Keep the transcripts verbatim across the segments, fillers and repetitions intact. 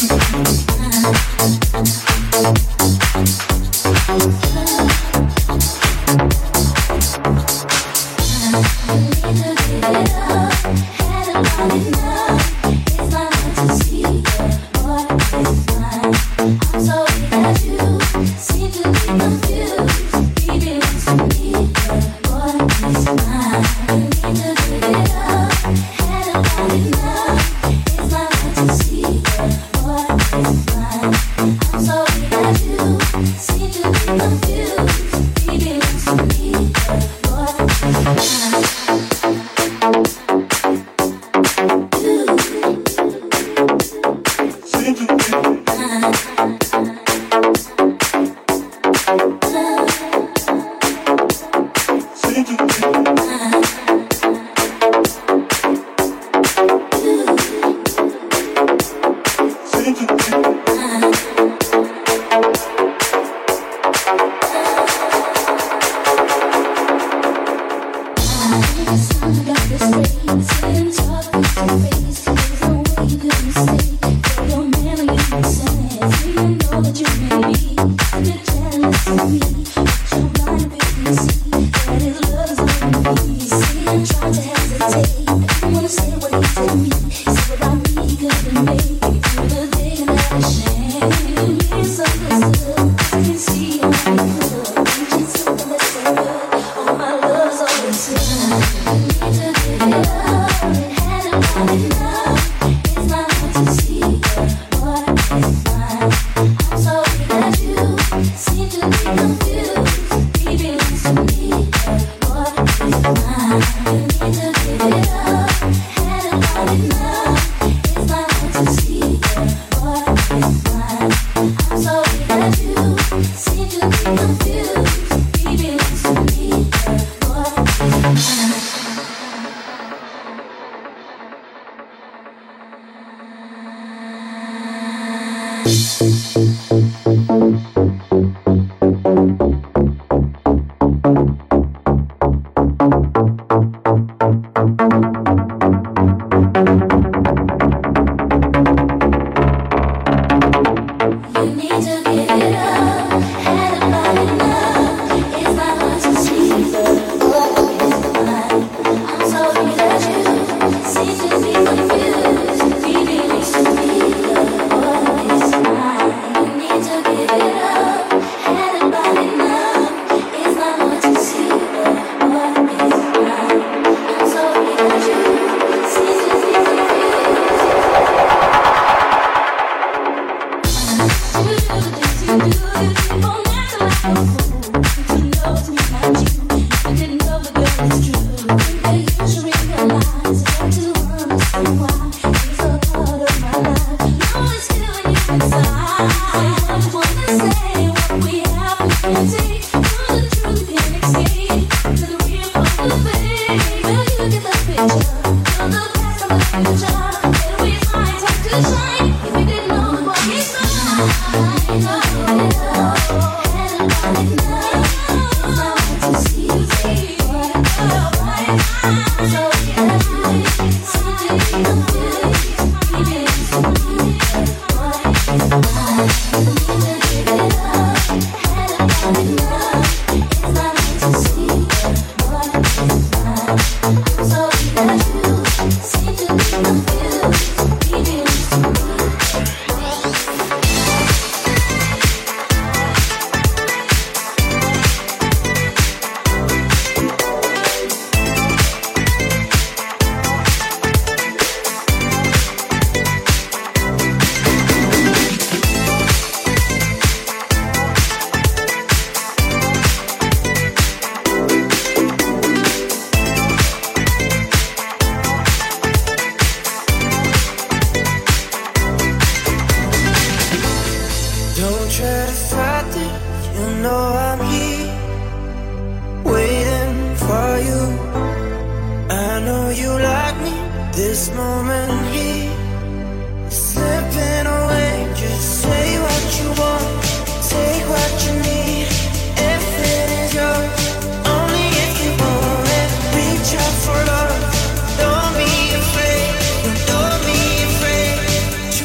Trust me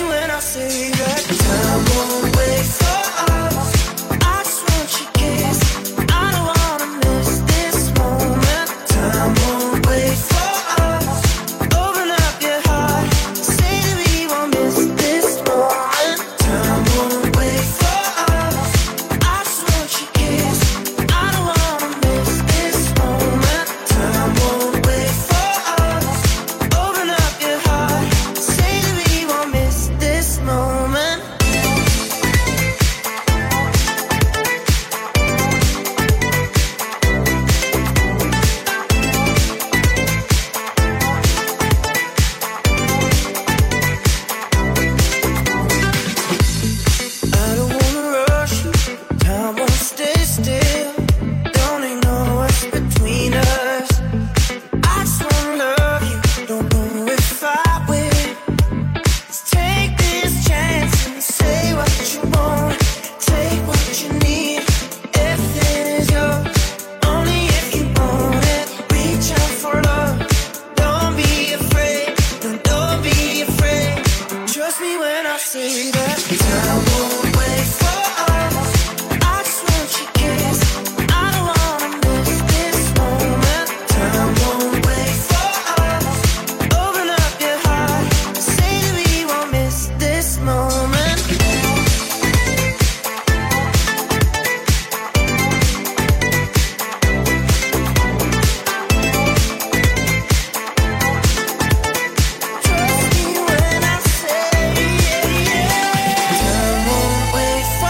Wait for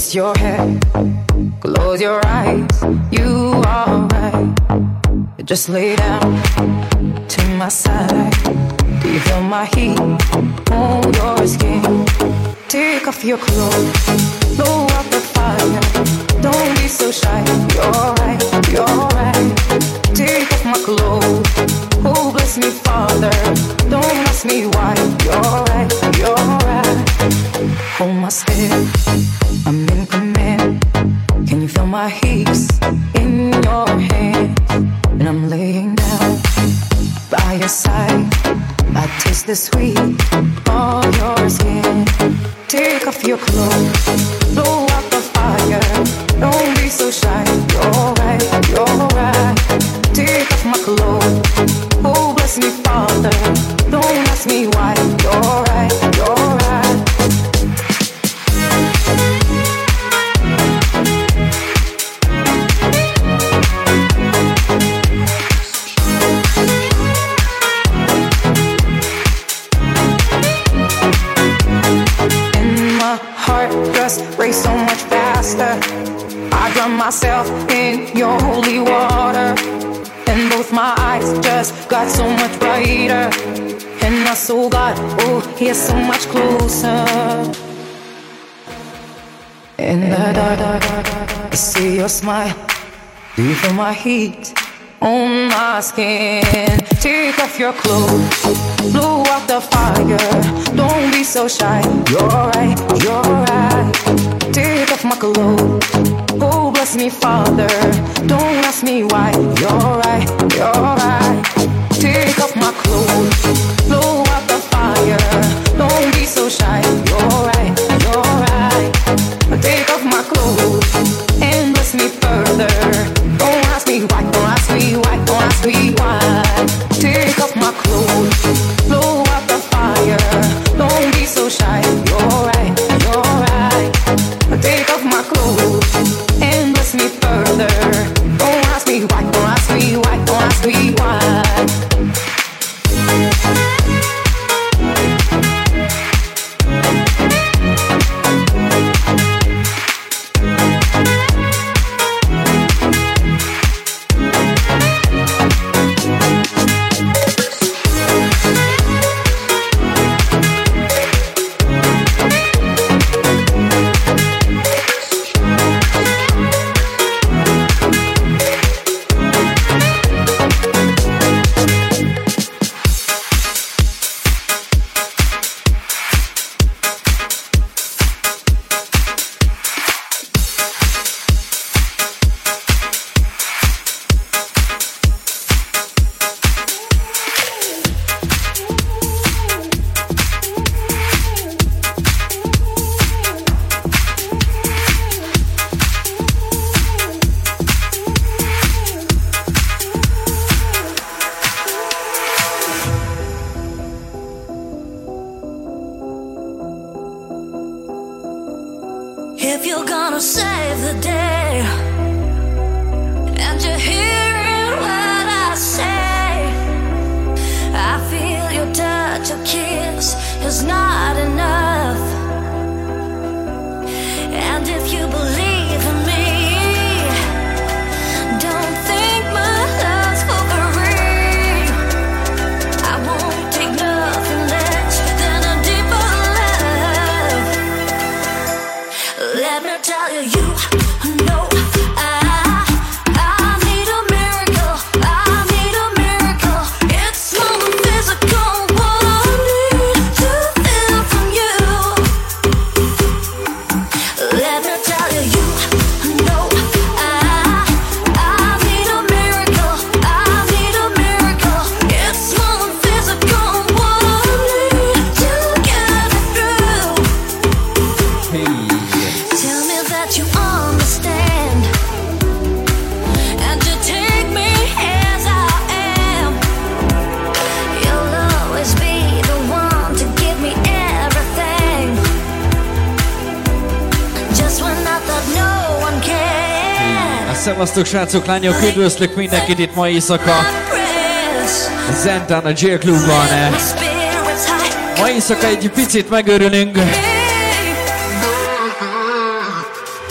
Rest your head, close your eyes, you are right. Just lay down to my side. Do you feel my heat on your skin? Take off your clothes, blow out the fire. Don't be so shy, you're right, you're right. Take off my clothes, oh bless me Father. Don't ask me why, you're right, you're right. Hold my step, I'm in command. Can you feel my hips in your hands? And I'm laying down by your side. I taste the sweet on your skin. Take off your clothes, blow out the fire. Don't be so shy, you're right, you're right. Take off my clothes, oh bless me Father. Don't ask me why, you're right, you're right. Race so much faster. I drown myself in your holy water, and both my eyes just got so much brighter. And my soul got, oh, here so much closer. In the dark, I see your smile. Do you feel my heat on my skin? Take off your clothes, blow out the fire. Don't be so shy, you're right, you're right. Take off my clothes, oh bless me Father. Don't ask me why, you're right, you're right. Take off my clothes, blow out the fire. Don't be so shy, you're right, you're right. Take off my clothes and bless me further. Don't ask me why, don't ask me why, don't ask me why. Take off my clothes, blow out the fire. Don't be so shy, you're right, you're right. Take off my clothes and bless me further. Don't ask me why, don't ask me why, don't ask me why. If you're gonna save the day and you're hearing what I say, I feel your touch, your kiss is not enough. And if you believe in me, don't think my love's for free. I won't take nothing less than a deeper love. Let me tell you, you know I, I need a miracle, I need a miracle. It's more than physical, what I need to feel from you. Let me tell you, you know I, I need a miracle, I need a miracle. It's more than physical, what I need to get through. Hey. Tell me that you understand, and you take me as I am. You'll always be the one to give me everything, just when I thought no one can. Szevasztok srácok, lányok, üdvözlök mindenkit itt ma éjszaka Zentán a Jail Clubban. Ma éjszaka egy picit megörülünk.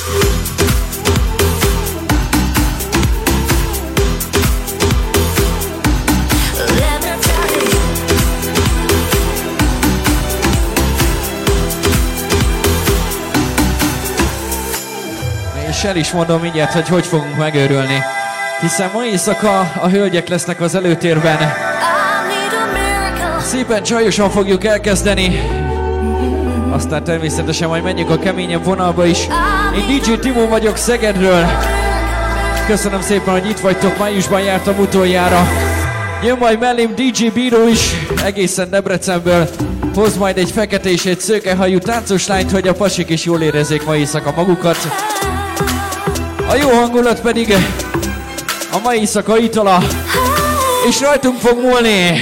és el is mondom mindjárt, hogy hogy fogunk megőrülni. Hiszen ma éjszaka a hölgyek lesznek az előtérben. Szépen csajosan fogjuk elkezdeni. Aztán természetesen majd menjünk a keményebb vonalba is. Én dé dzsé Timó vagyok Szegedről. Köszönöm szépen, hogy itt vagytok, májusban jártam utoljára. Jön majd mellém dé dzsé Bíró is, egészen Debrecenből. Hoz majd egy fekete és egy szőkehajú táncos lányt, hogy a pasik is jól érezzék ma éjszaka magukat. A jó hangulat pedig a mai éjszaka itala, és rajtunk fog múlni.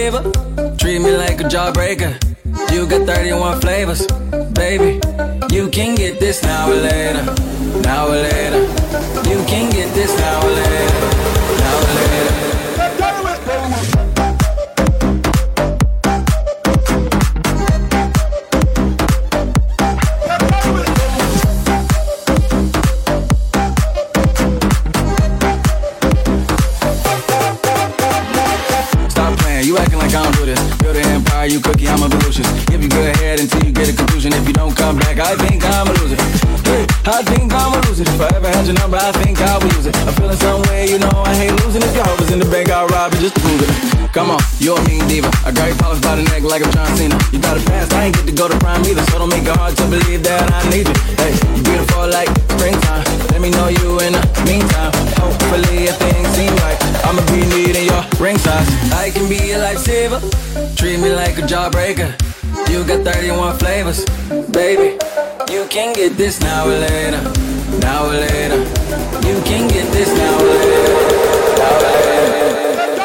lifesaver. Treat me like a jawbreaker. You got thirty-one flavors, baby. You can get this now or later, now or later. You can get this now or later, now or later. You acting like I don't do this. Build an empire, you cookie, I'm a Belucius. Give you good head until you get a conclusion. If you don't come back, I think I'm a loser. Hey, I think I'm a loser. If I ever had your number, I think I would use it. I'm feeling some way, you know I hate losing. If your hope is in the bank, I'll rob you just to prove it. Come on, you're a mean diva. I got you polished by the neck like I'm John Cena. You got a past, I ain't get to go to prime either. So don't make it hard to believe that I need you. Hey, you beautiful like springtime. Let me know you in the meantime. Hopefully if things seem right, I'ma be needing your ring size. I can be a lifesaver. Treat me like a jawbreaker. You got thirty-one flavors, baby. You can get this now or later, now or later. You can get this now or later, now or later.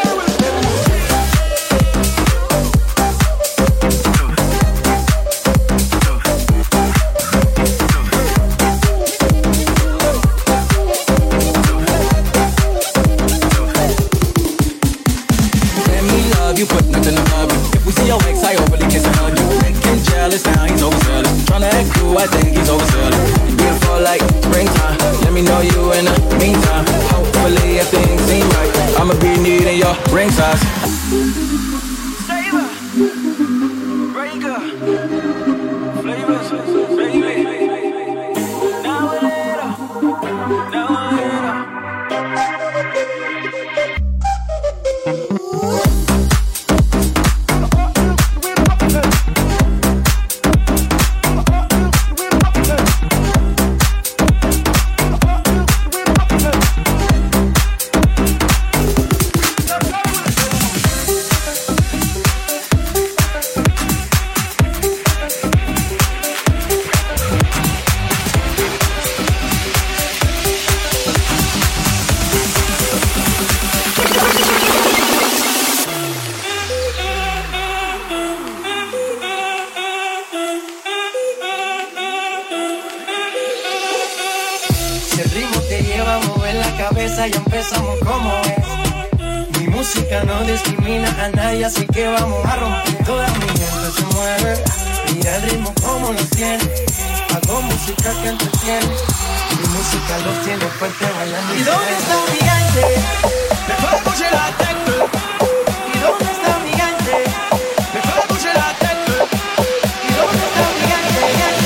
You put nothing above you. If we see your ex, I overly kiss and hug you. Making jealous, now he's overzealous. Tryna act cool, I think he's overzealous. Beautiful like springtime. Let me know you in the meantime. Hopefully if things seem right, I'ma be needing your ring size. Saver, breaker, flavors, baby. Now and later, now and later. Ya empezamos como es. Mi música no discrimina a nadie, así que vamos a romper. Toda mi gente se mueve. Mira el ritmo como los tiene. Hago música que entretiene. Mi música los tiene fuerte bailando. ¿Y dónde está mi gente? Mejor bouger la tête. ¿Y dónde está mi gente? Mejor bouger la tête. ¿Y dónde está mi gente?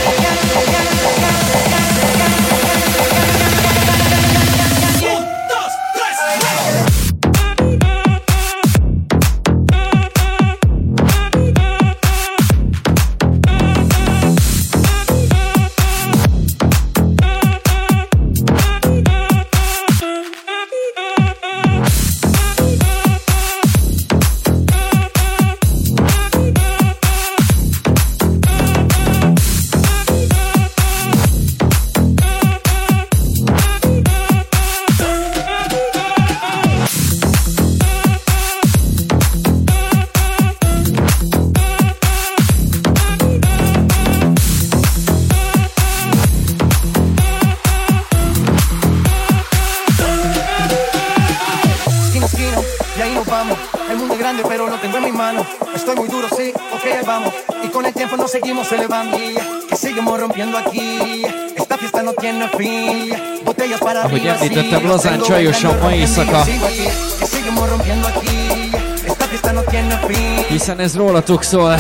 Seguimos elevando, que seguimos rompiendo aquí. Esta fiesta no tiene fin. Botellas para ahogy arriba. említettem, lazán csajosan ma éjszaka. Hiszen ez rólatok szól.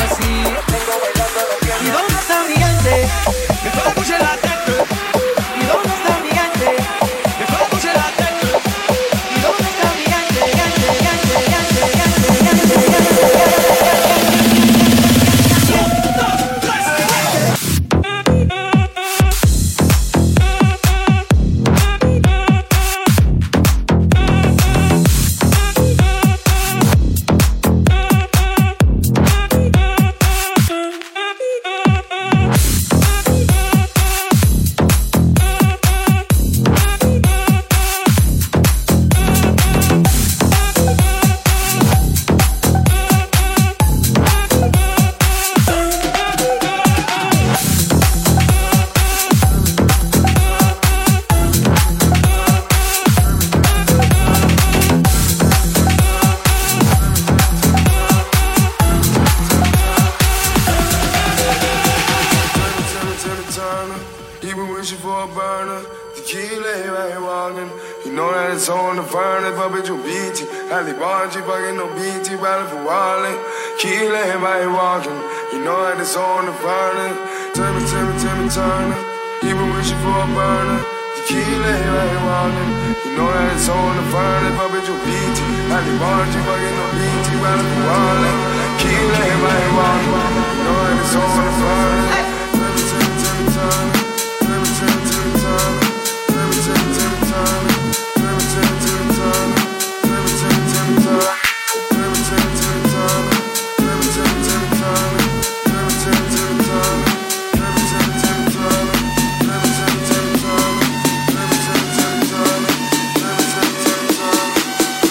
You know that it's on the furnace, but bitch, you beat it. Ali Bonji, fucking no B T, battle for wallet. Kill everybody walking. You know that it's on the furnace. Tell me, tell me, tell me, turn it. Even wishing for a burner. You kill everybody walking. You know that it's on the furnace, but bitch, you beat it. Ali Bonji, fucking no B T, battle for wallet. Kill everybody walking. You know that it's on the furnace. Tell me, tell me, tell me, turn it. Tell me, tell me, tell me, turn it. Tell me, tell me, tell me, turn it. Tell me, tell me, tell me, turn it. Tell me, tell me, tell me, turn it. Tell me, tell me, tell me, turn it. Tell me, tell me, tell me, turn it. Tell me, tell me, tell me, turn it. Tell me, tell me, tell me, turn it. Tell me, tell me, tell me, turn it. Tell me, tell me, tell me, turn it. Tell me, tell me, tell me, turn it.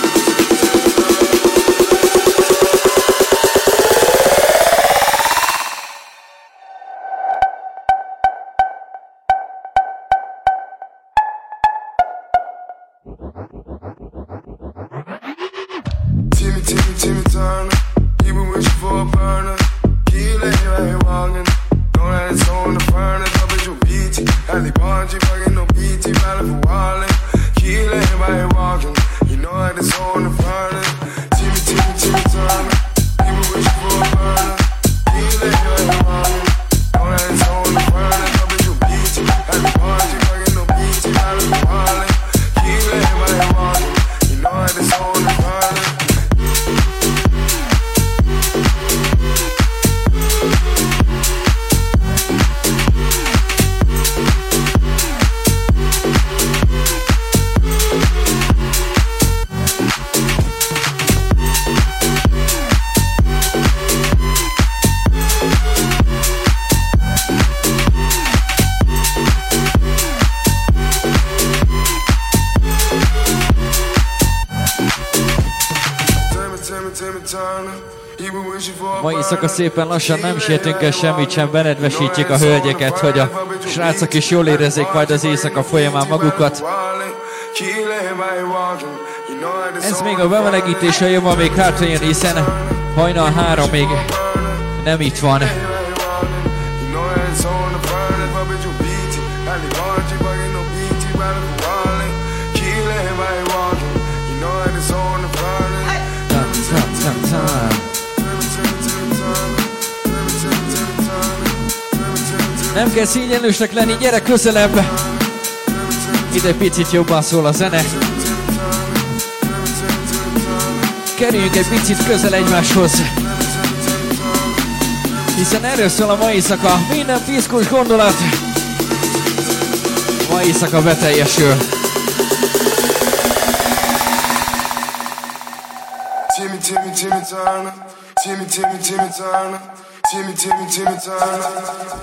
Timmy, Timmy, Timmy Turner. People wishing for a burner. Kill everybody walking. Know that it's on the furnace. I bet you beat it. Ali Bonji, fucking no B T, battle for wallet. Kill everybody walking. You know that it's on the furnace. Timmy, Timmy, Timmy Turner. People wishing for a burner. Kill everybody walking. Know that it's on the furnace. I bet you beat it. Ali Bonji, fucking no B T, battle for wallet. Kill everybody walking. You know that it's on the furnace. Ma éjszaka szépen lassan nem sértünk el semmit sem, benedvesítjük a hölgyeket, hogy a srácok is jól érezzék majd az éjszaka folyamán magukat. Ez még a bemelegítése jön, ma még hátra jön, hiszen hajnal három még nem itt van. Nem kell szégyenlősnek lenni, gyere közelebb! Ide picit jobban szól a zene. Kerüljünk egy picit közel egymáshoz. Hiszen erről szól a mai éjszaka. Minden piszkos gondolat ma éjszaka beteljesül. Timmy, Timmy, Timmy Turner. Timmy, Timmy, Timmy Turner. Timmy, Timmy, Timmy Turner.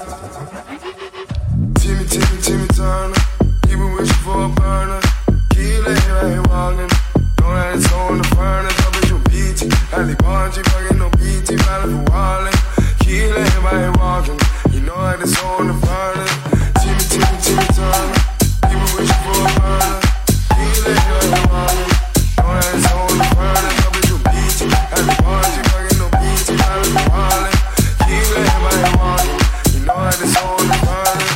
Timmy, Timmy, Timmy Turner. People wishing for a burner. Kill everybody walking. Know that it's on the furnace. I bet you beat it. Ali Bonji, fucking no B T, battle for wallet. Kill everybody walking. You know that it's on the furnace. Timmy, Timmy, Timmy Turner. People wishing for a burner. Kill everybody walking. Know that it's on the furnace. I bet you beat it. Ali Bonji, fucking no B T, battle for wallet. Kill everybody walking. You know that it's on the furnace.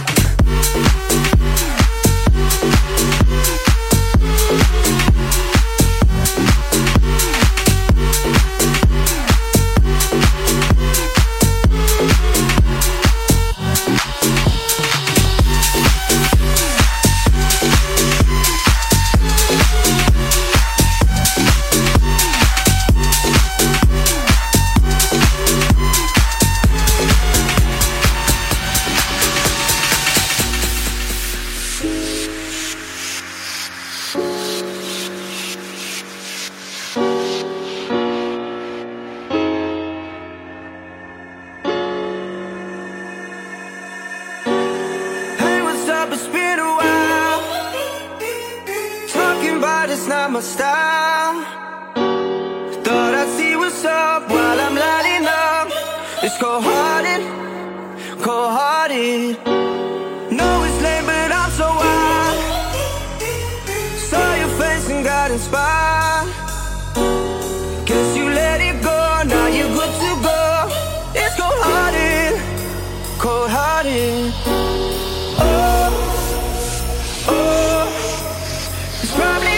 It's probably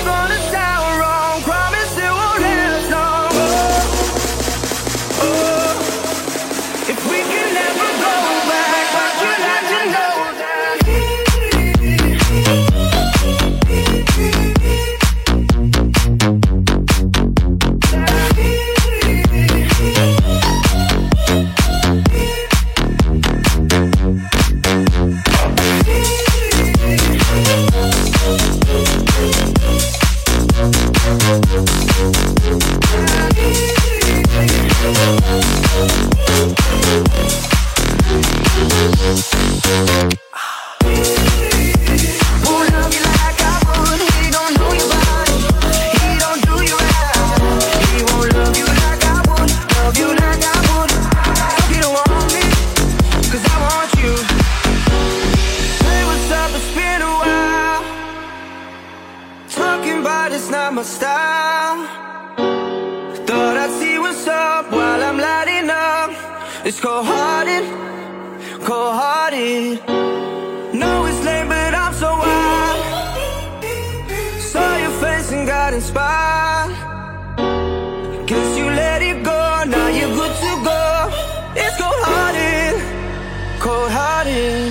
talking, but it's not my style. Thought I'd see what's up while I'm lighting up. It's cold-hearted, cold-hearted. Know it's late, but I'm so wild. Saw your face and got inspired. Guess you let it go, now you're good to go. It's cold-hearted, cold-hearted.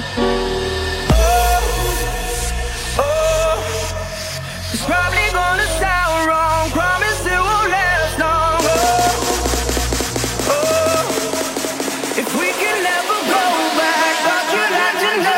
Oh, oh, it's probably gonna sound wrong. Promise it won't last long. Oh, oh, if we can never go back, thought you'd have to know.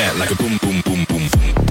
back like a boom, boom, boom, boom.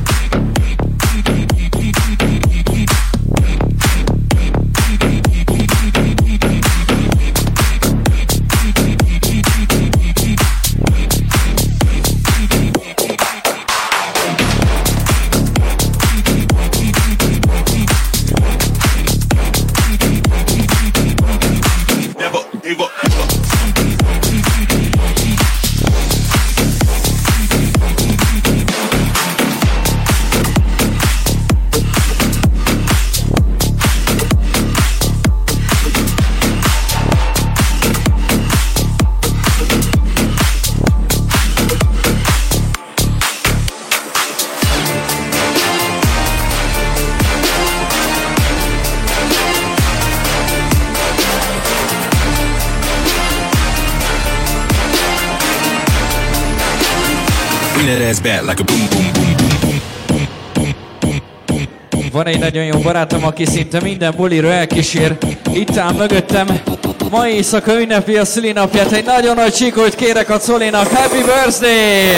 Van egy nagyon jó barátom, aki szinte minden bulira elkísér. Itt áll mögöttem. Ma éjszaka ünnepi a szülinapját. Egy nagyon nagy csíkolyt kérek a Colinak. Happy birthday!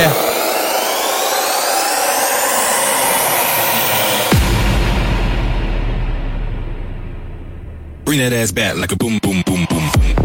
Bring that ass back like a boom, boom, boom, boom.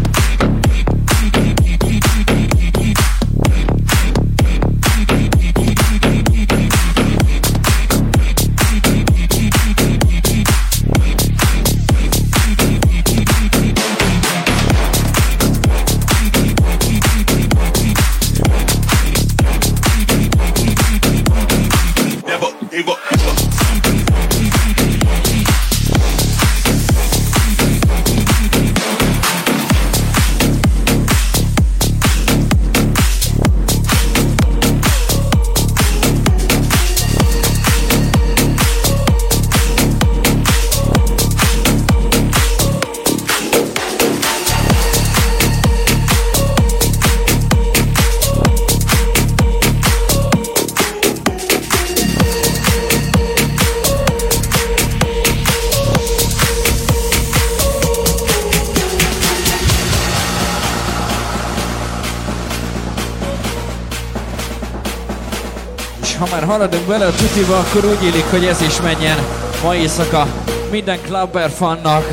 Ha már haladunk bele a tutiba, akkor úgy illik, hogy ez is menjen ma éjszaka minden clubber fannak.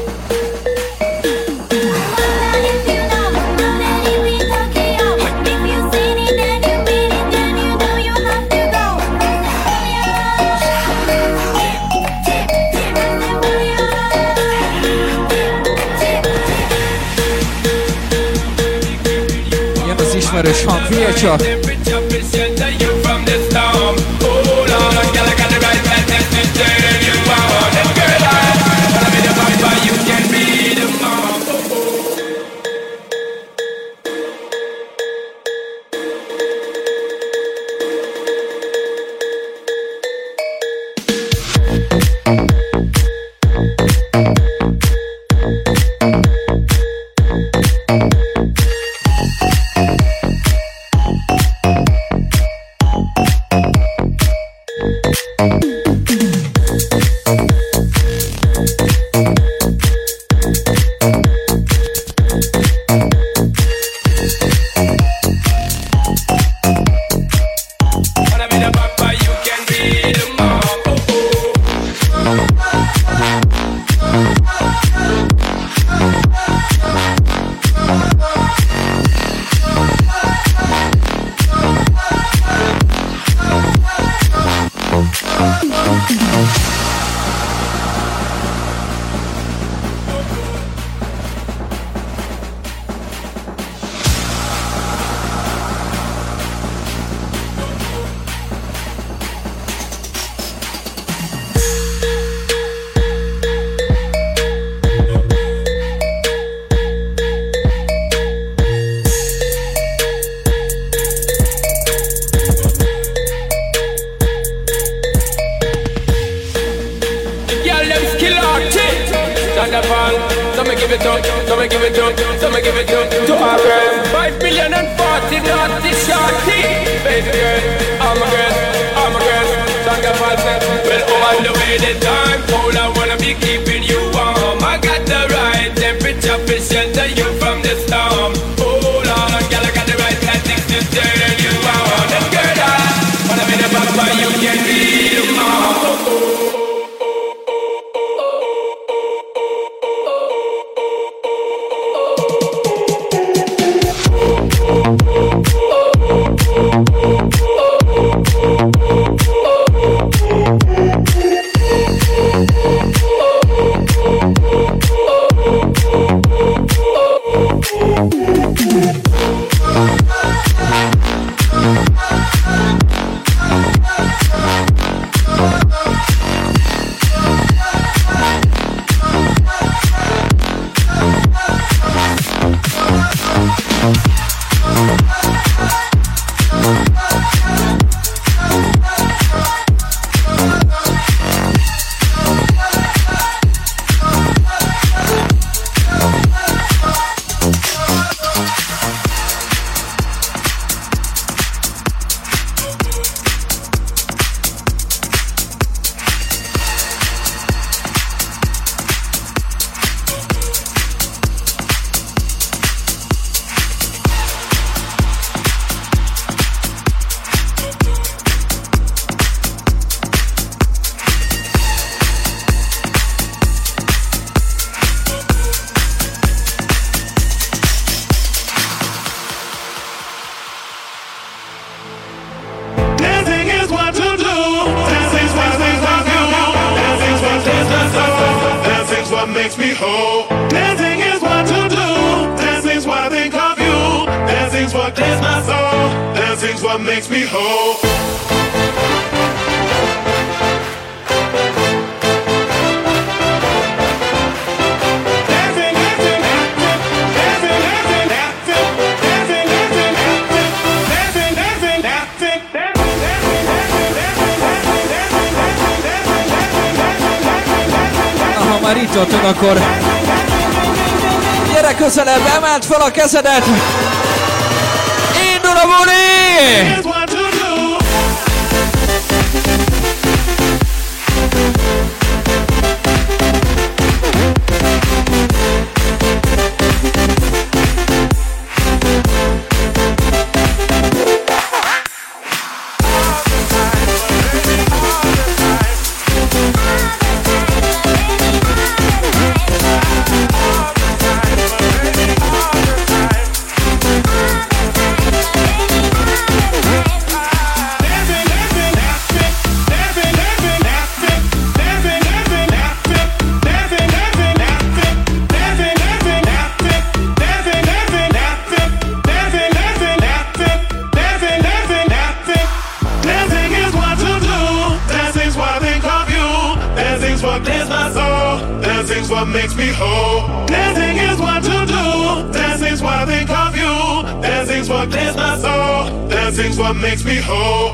Jön az ismerős hang, figyelj csak! what makes me whole. Dancing is what to do. Dancing's what I think of you. Dancing's what clears my soul. Dancing's what makes me whole. Ha már itt voltunk, akkor gyere közelebb, emeld fel a kezedet! Indul a buli! Makes me whole. Dancing is what to do. Dancing's what I think of you. Dancing's what clears my soul. Dancing's what makes me whole.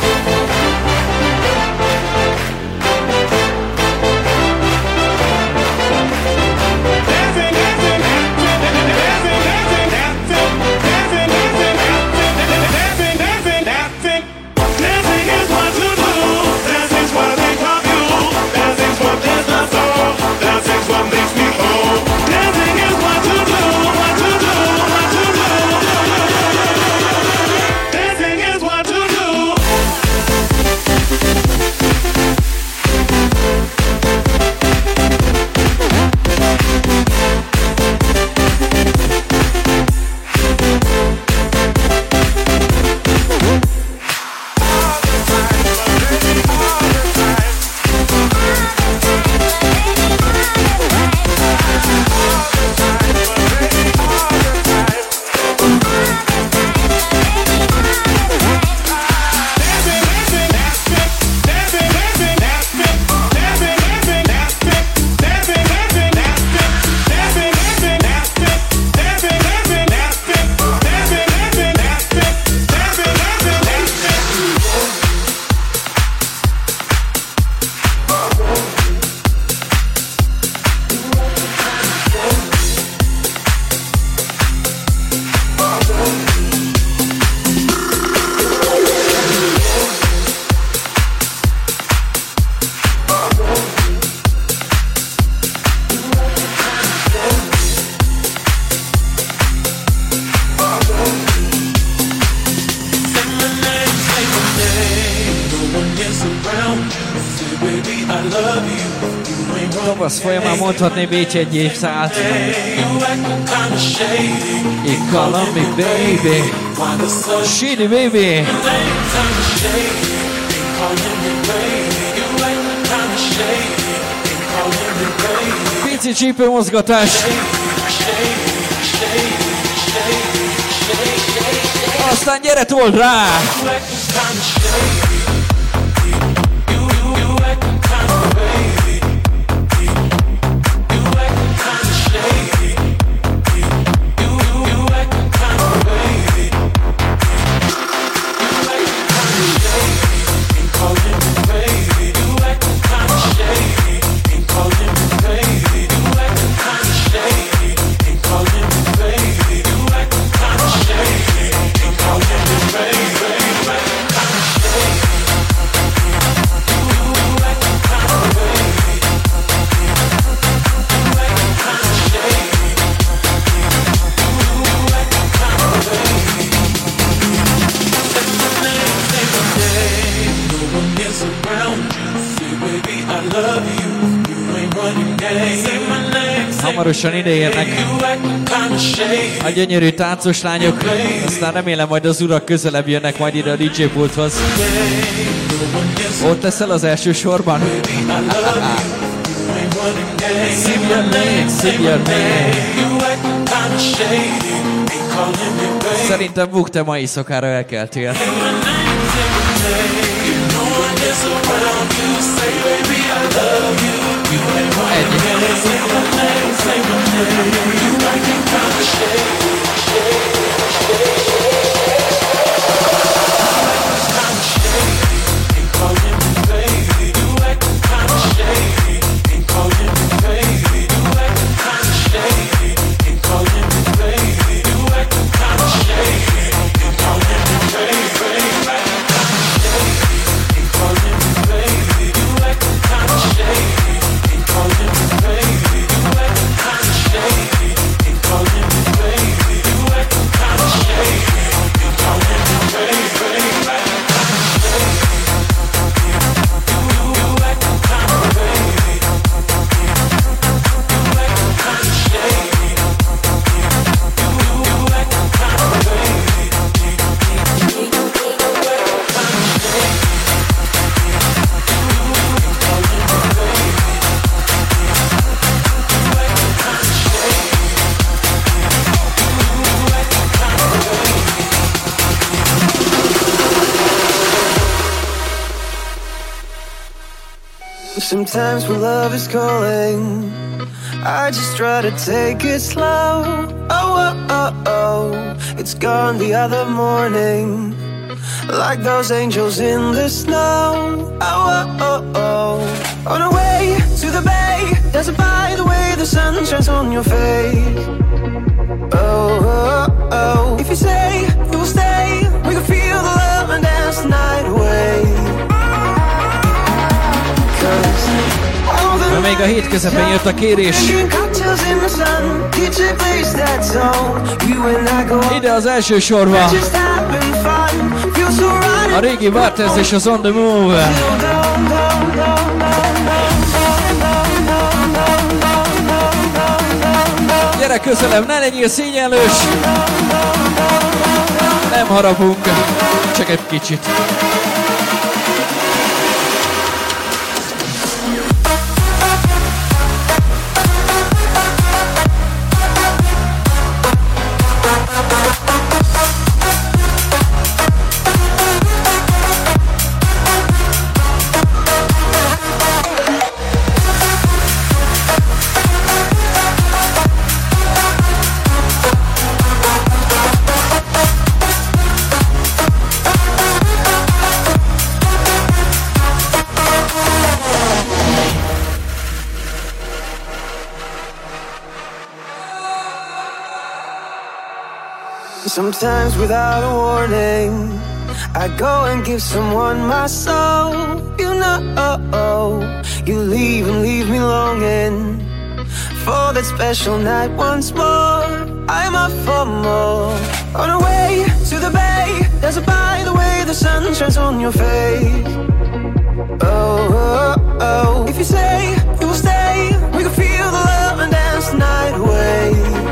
Tavasz folyamán mondhatné Bécs egy évszállt. You calling me baby, shitty baby. Pici csípőmozgatás. Aztán gyere told rá! Hamarosan ideérnek a gyönyörű táncos lányok, aztán remélem majd az urak közelebb jönnek majd ide a dé dzsé pulthoz. Ott leszel az első sorban? running game. Say your name, say your name. You acting kinda shady, ain't calling me babe. Szerintem Vuk, te ma éjszakára elkeltél. Say my name, say my name. You know I guess around you. Say baby I love you. You ain't running game. Say my name, say my name. You acting kinda shady, shady, shady. Sometimes when love is calling, I just try to take it slow. Oh, oh, oh, oh, it's gone the other morning, like those angels in the snow. Oh, oh, oh, oh, on our way to the bay, dancing by the way the sun shines on your face. Oh, oh, oh, if you say you will stay, we can feel the love and dance the night away. Mert még a hét közepén jött a kérés. Ide az első sorba a régi Bartez és az On The Move. Gyere közelebb, ne legyél szégyenlős. Nem harapunk, csak egy kicsit. Sometimes without a warning, I go and give someone my soul. You know, you leave and leave me longing for that special night once more. I'm up for more. On our way to the bay, dancing by the way the sun shines on your face. Oh, oh, oh, if you say you will stay, we can feel the love and dance the night away.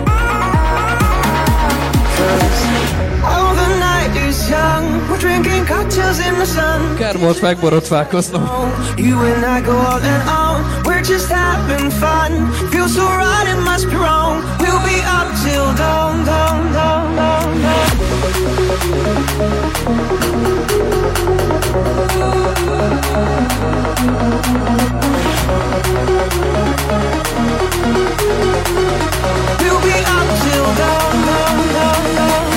Oh, the night is young. We're drinking cocktails in the sun. Kár volt megborotválkoznom. You and I go on and on. We're just having fun. Feels so right, it must be wrong. We'll be up till dawn, dawn, dawn, dawn, dawn. We'll be up till dawn, dawn, dawn, dawn.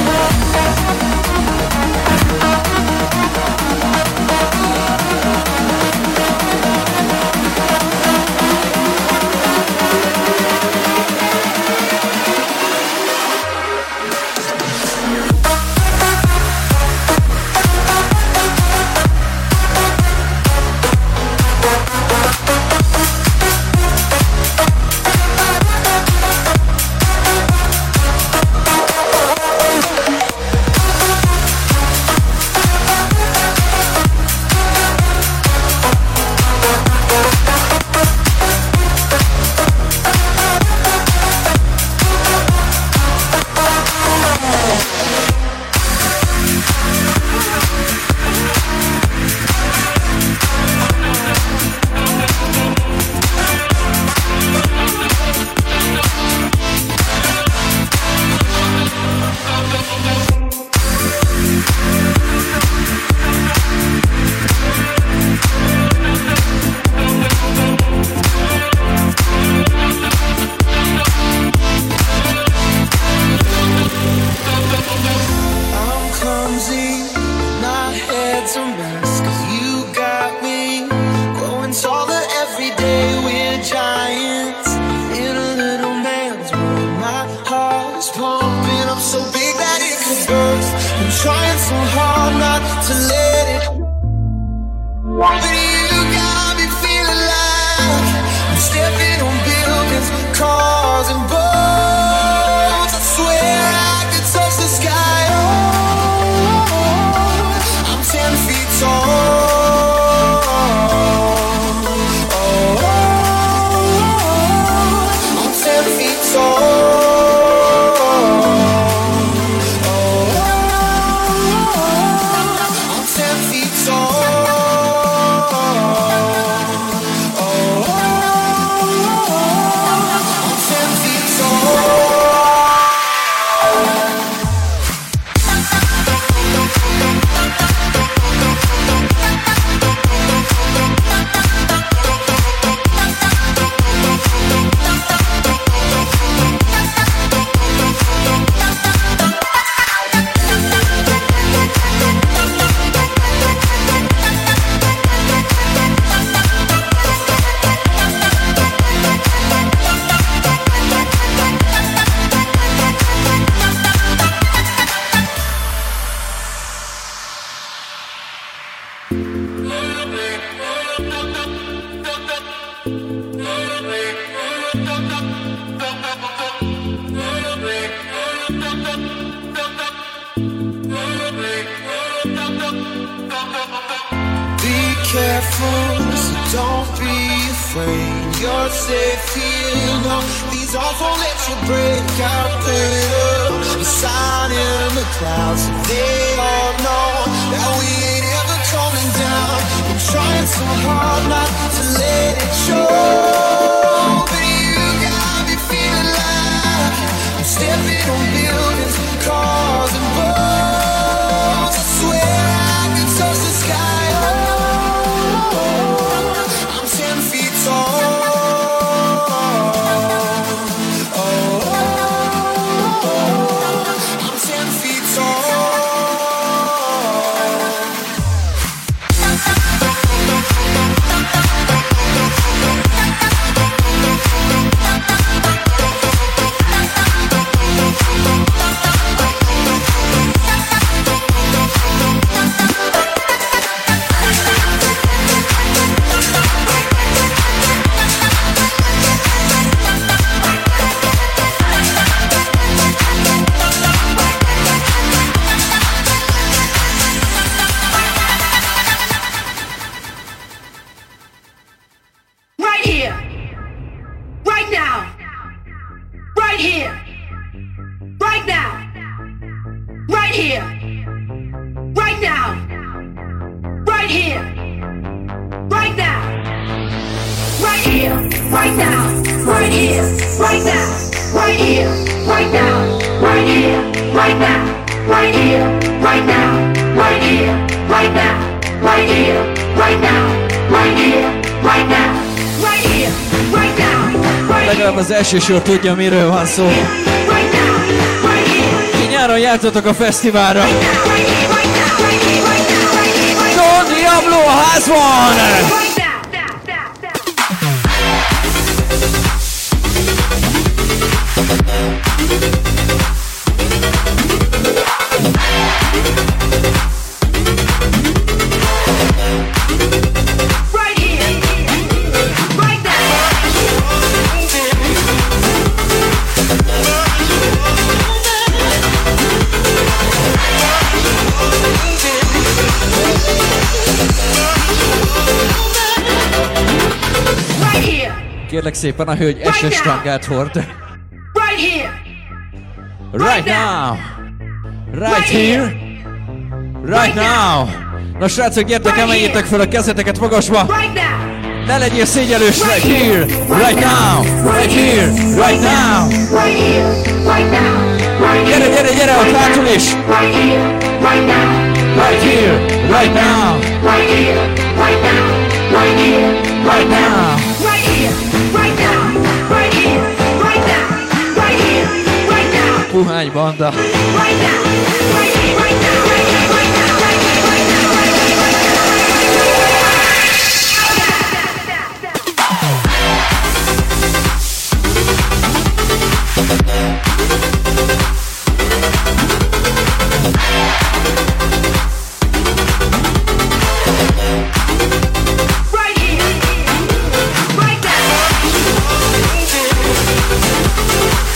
I'm trying so hard not to let it. But you got me feeling like I'm stepping on buildings, cars and boats. I swear I could touch the sky. Oh, I'm ten feet tall. Oh, I'm ten feet tall. Legalább az első sor tudja, miről van szó. Ti nyáron játszotok a fesztiválra. Don Diablo a házban! Kérlek szépen, a hölgy es es tangát hord. Right here. Right now. Right here. Right now. Na srácok, gyertek, emeljétek fel a kezeteket magasba. Ne legyél szégyelős. Right here. Right now. Right here. Right now. Gyere, gyere, gyere, ott hátul is. Right here. Right now. Right here. Right now. Right here. Right now. Right here. Right now. Right here, right now, right here, right now, right here, right now. Puhány banda. Right now, right here, right now, right here, right now, right here, right now, right now, right now.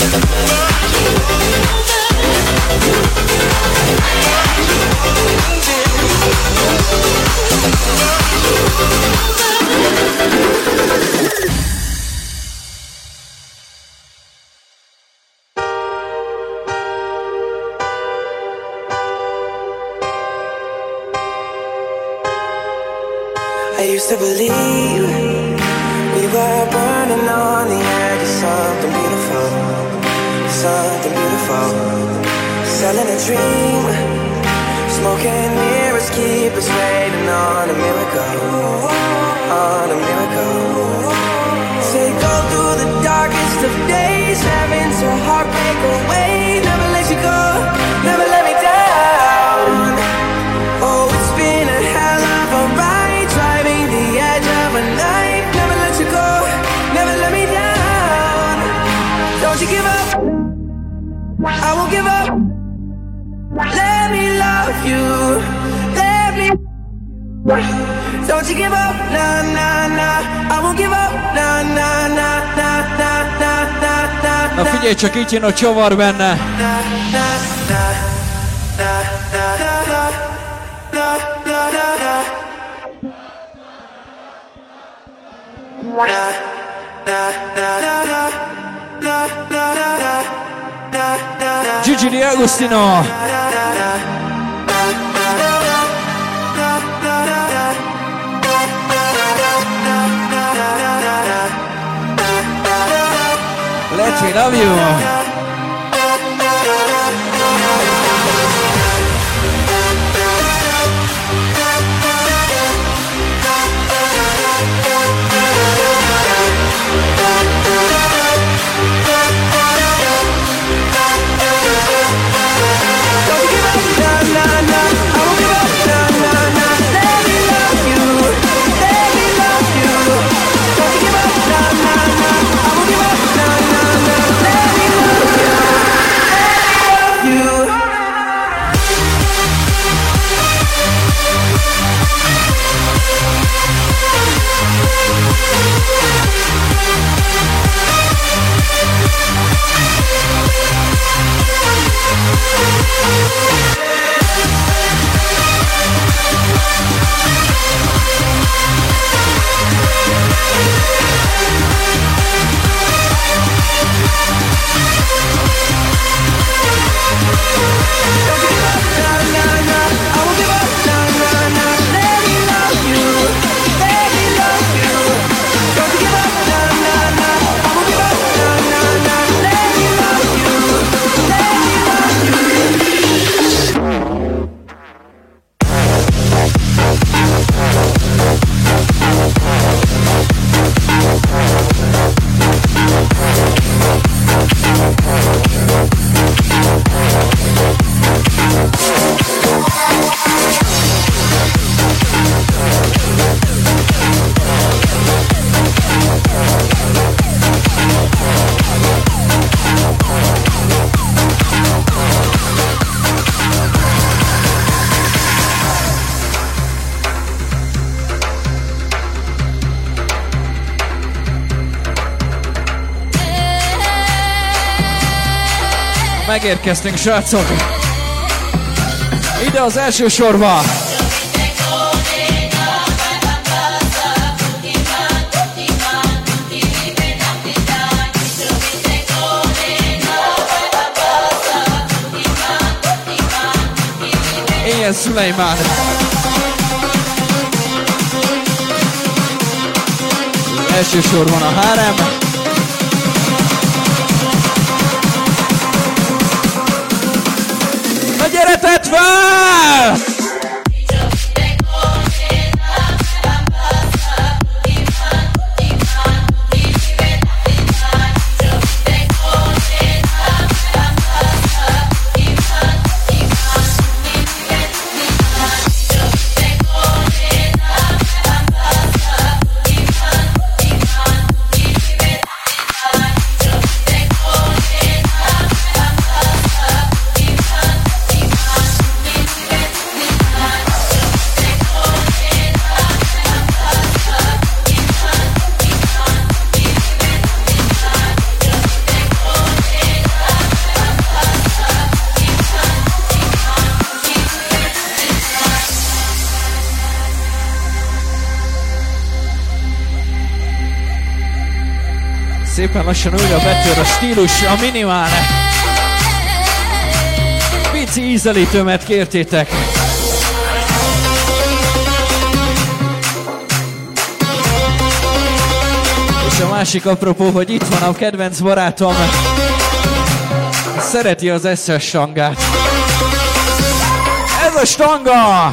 I used to believe we were burning on the edge of something beautiful, something beautiful. Selling a dream, smoking mirrors keep us waiting on a miracle, on a miracle. Say go through the darkest of days, having to heartbreak away. Never let you go, never let me down. Oh, it's been a hell of a ride, driving the edge of a knife. Never let you go, never let me down. Don't you give up, I won't give up. Let me love you, let me. Don't you give up, nah, nah, nah. I won't give up, nah, nah, nah, nah, nah, nah, nah, nah. Na figyelj csak, így jön a csavar benne. Gigi Di Agostino. Let me love you. Megérkeztünk, srácok! Ide az első sorba! Ilyen Szulejmán! Első sorban a hárem. Gyere, tedd fel! szépen lassan újra betör a stílus, a minimál. Pici ízelítőmet kértétek. És a másik apropó, hogy itt van a kedvenc barátom. Szereti az eszes stangát. Ez a stanga!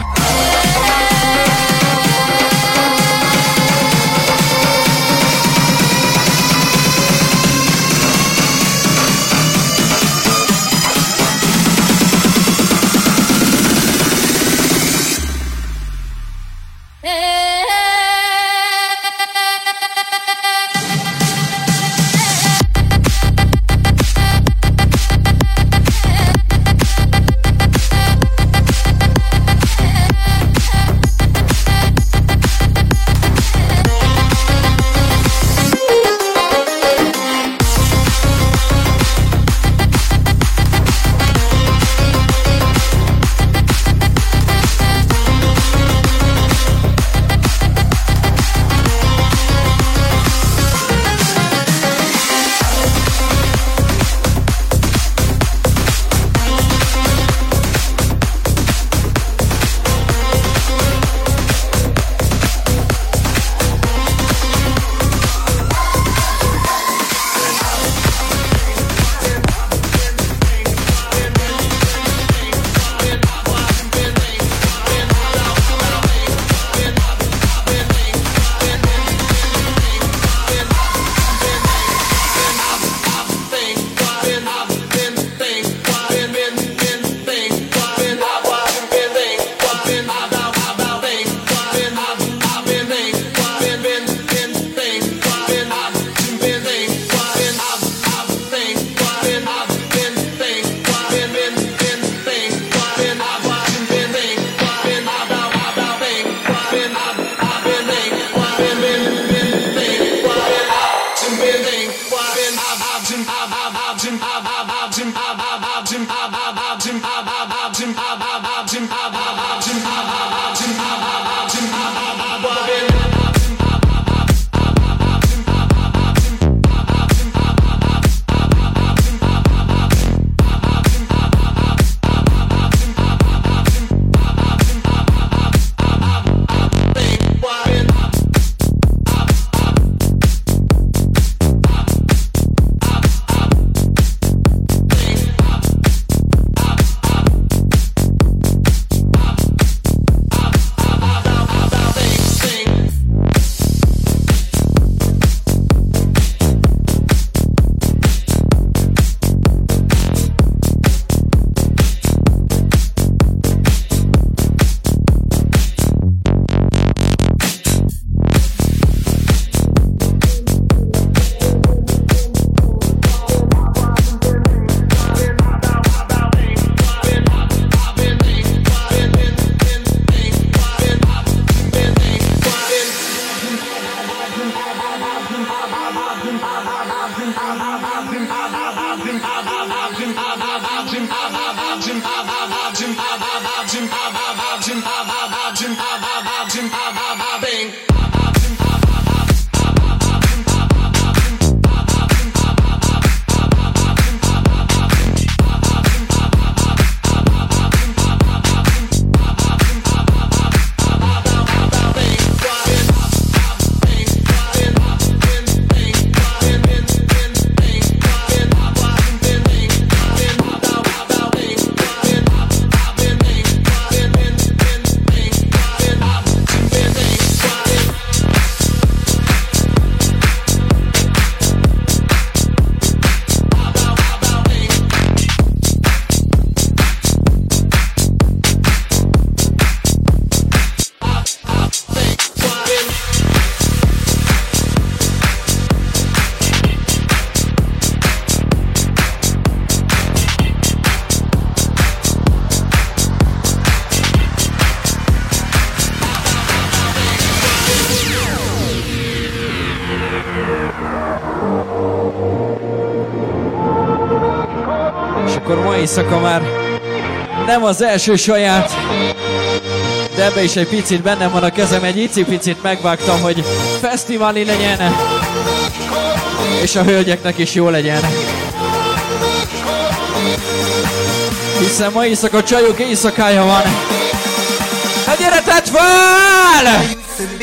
Éjszaka már nem az első saját, de ebbe is egy picit bennem van a kezem, egy icipicit megvágtam, hogy fesztiváli legyen. És a hölgyeknek is jó legyen. Hiszen ma éjszaka csajok éjszakája van. Hát gyere, tedd fel!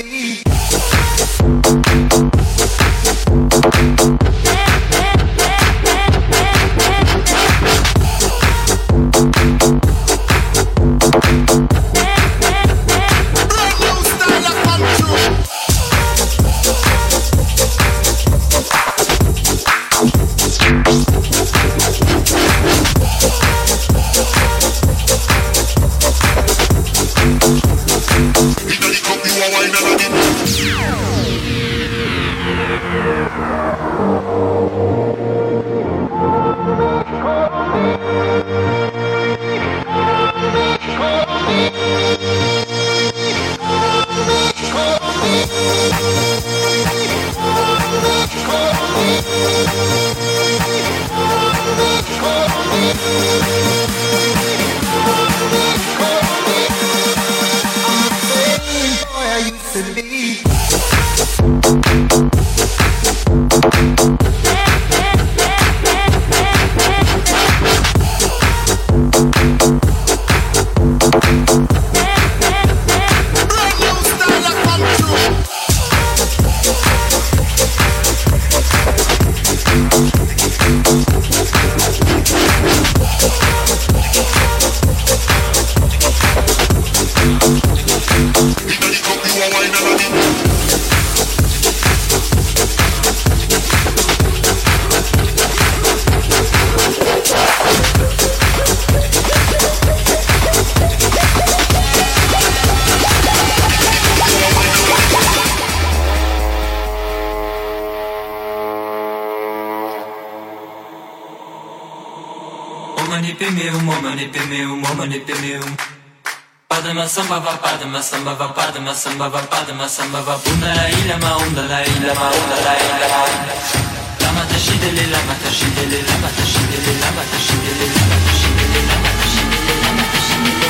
Padma samba va padma samba va padma samba va padma samba va bunda la ila ma unda la ila ma unda la ila ma lama tashidele lama tashidele lama tashidele lama tashidele lama tashidele lama tashidele lama tashidele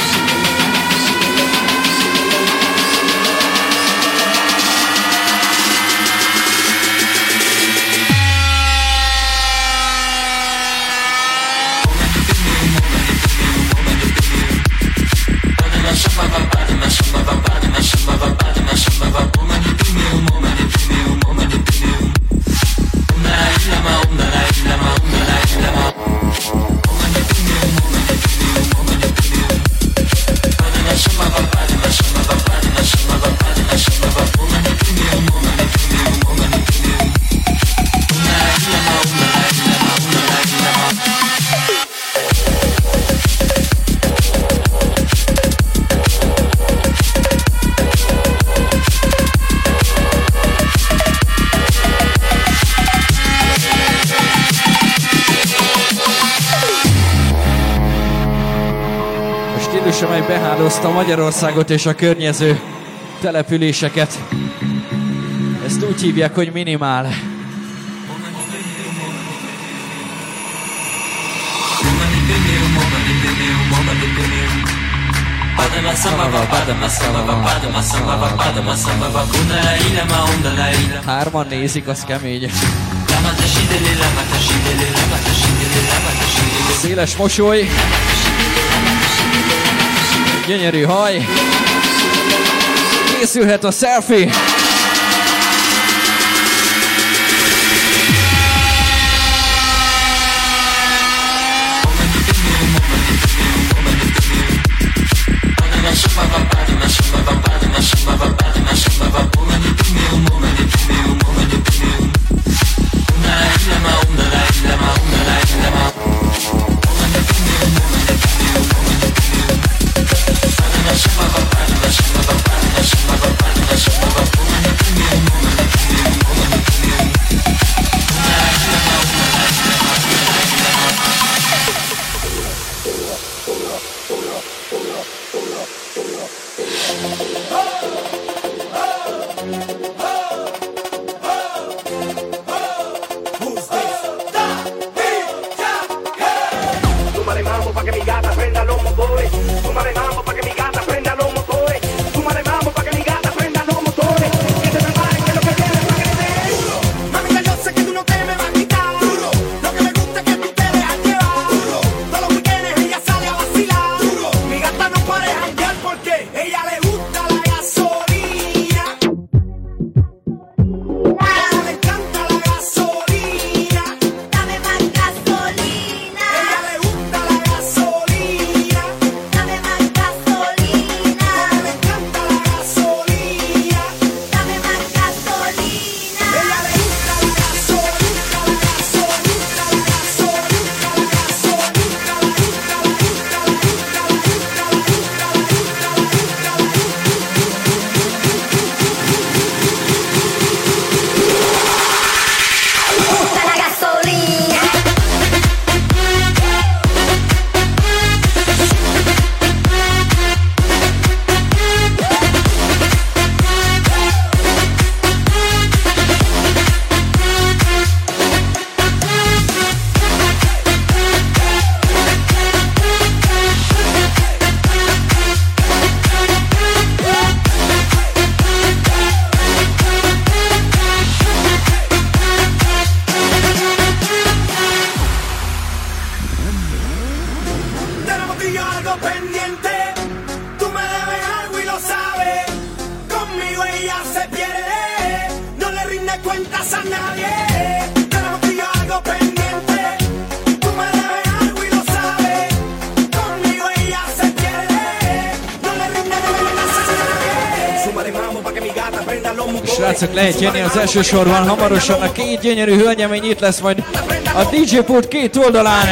amely behálózta Magyarországot és a környező településeket. Ezt úgy hívják, hogy minimál. Hárman nézik, az kemény. Széles mosoly. Gyönyörű haj. Készülhet a selfie. algo pendiente. Tú me debes algo y lo sabes. Conmigo ella se pierde. No le rinde cuentas a nadie. Tenemos tú y yo algo pendiente. Tú me debes algo y lo sabes. Conmigo ella se pierde. No le rinde cuentas a nadie. Súmale mambo pa' que mi gata prenda los motores. Srácok, lehet jönni az első sorban hamarosan. A két gyönyörű hölgyemény itt lesz majd a dé dzsé pult két oldalán.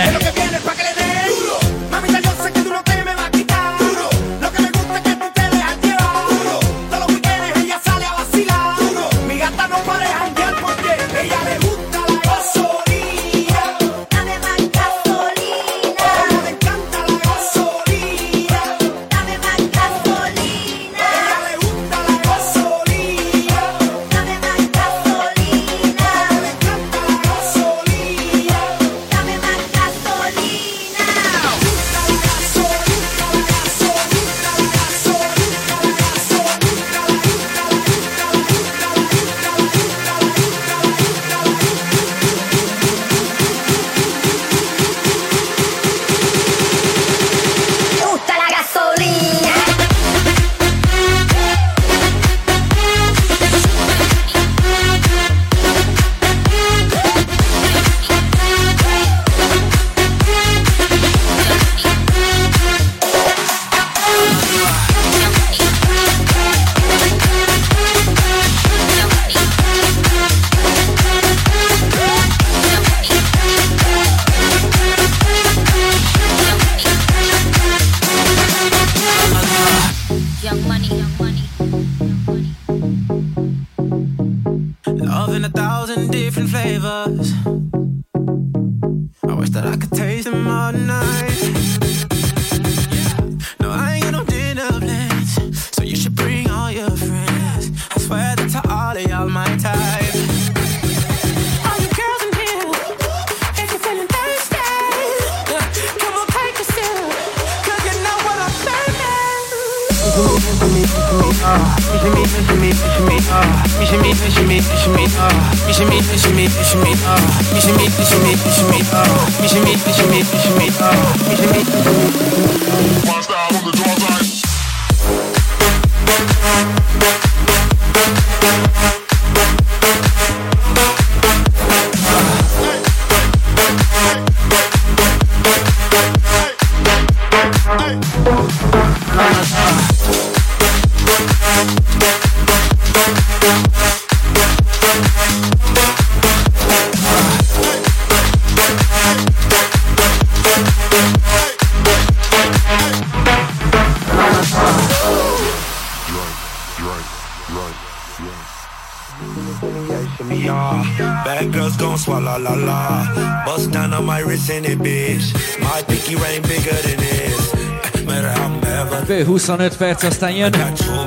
Bő huszonöt perc, aztán jön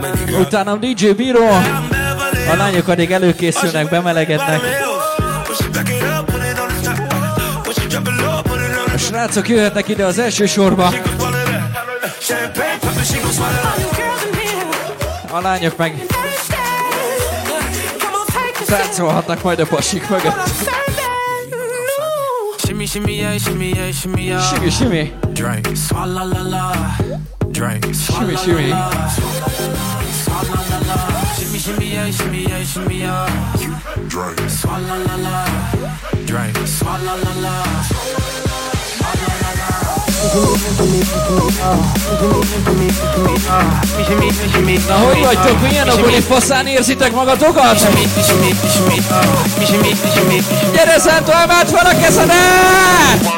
utánam dé dzsé Bíró, a lányok addig előkészülnek, bemelegednek. A srácok jöhetnek ide az első sorba. A lányok meg táncolhatnak majd a pasik mögött. Shimmy, shimmy, yeah, shimmy, yeah, shimmy, yeah. Shimmy, shimmy. Drink. Swalla la la. Drink. Shimmy, shimmy. Swalla la la. Shimmy, shimmy, yeah, shimmy, yeah, shimmy, yeah. Drink. Swalla la la. Drink. Swalla la la. Na, hogy vagytok? Milyen a buli faszán érzitek magatokat? Gyere, Szántó, emeld fel a kezedet!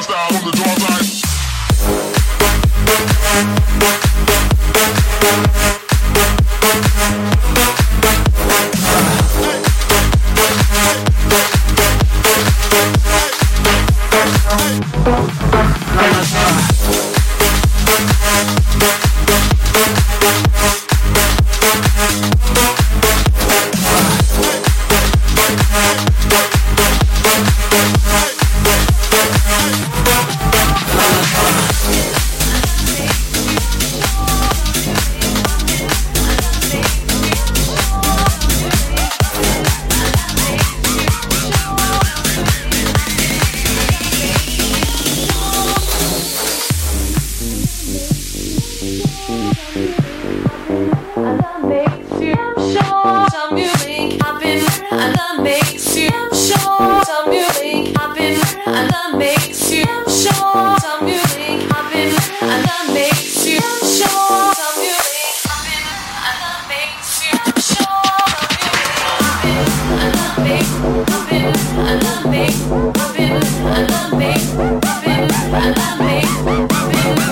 that makes you sure. Some you think happen, and that makes you sure. Some you think happen, and that makes you sure. Some you think happen, and that makes happen, and that makes happen, and that makes happen, and that makes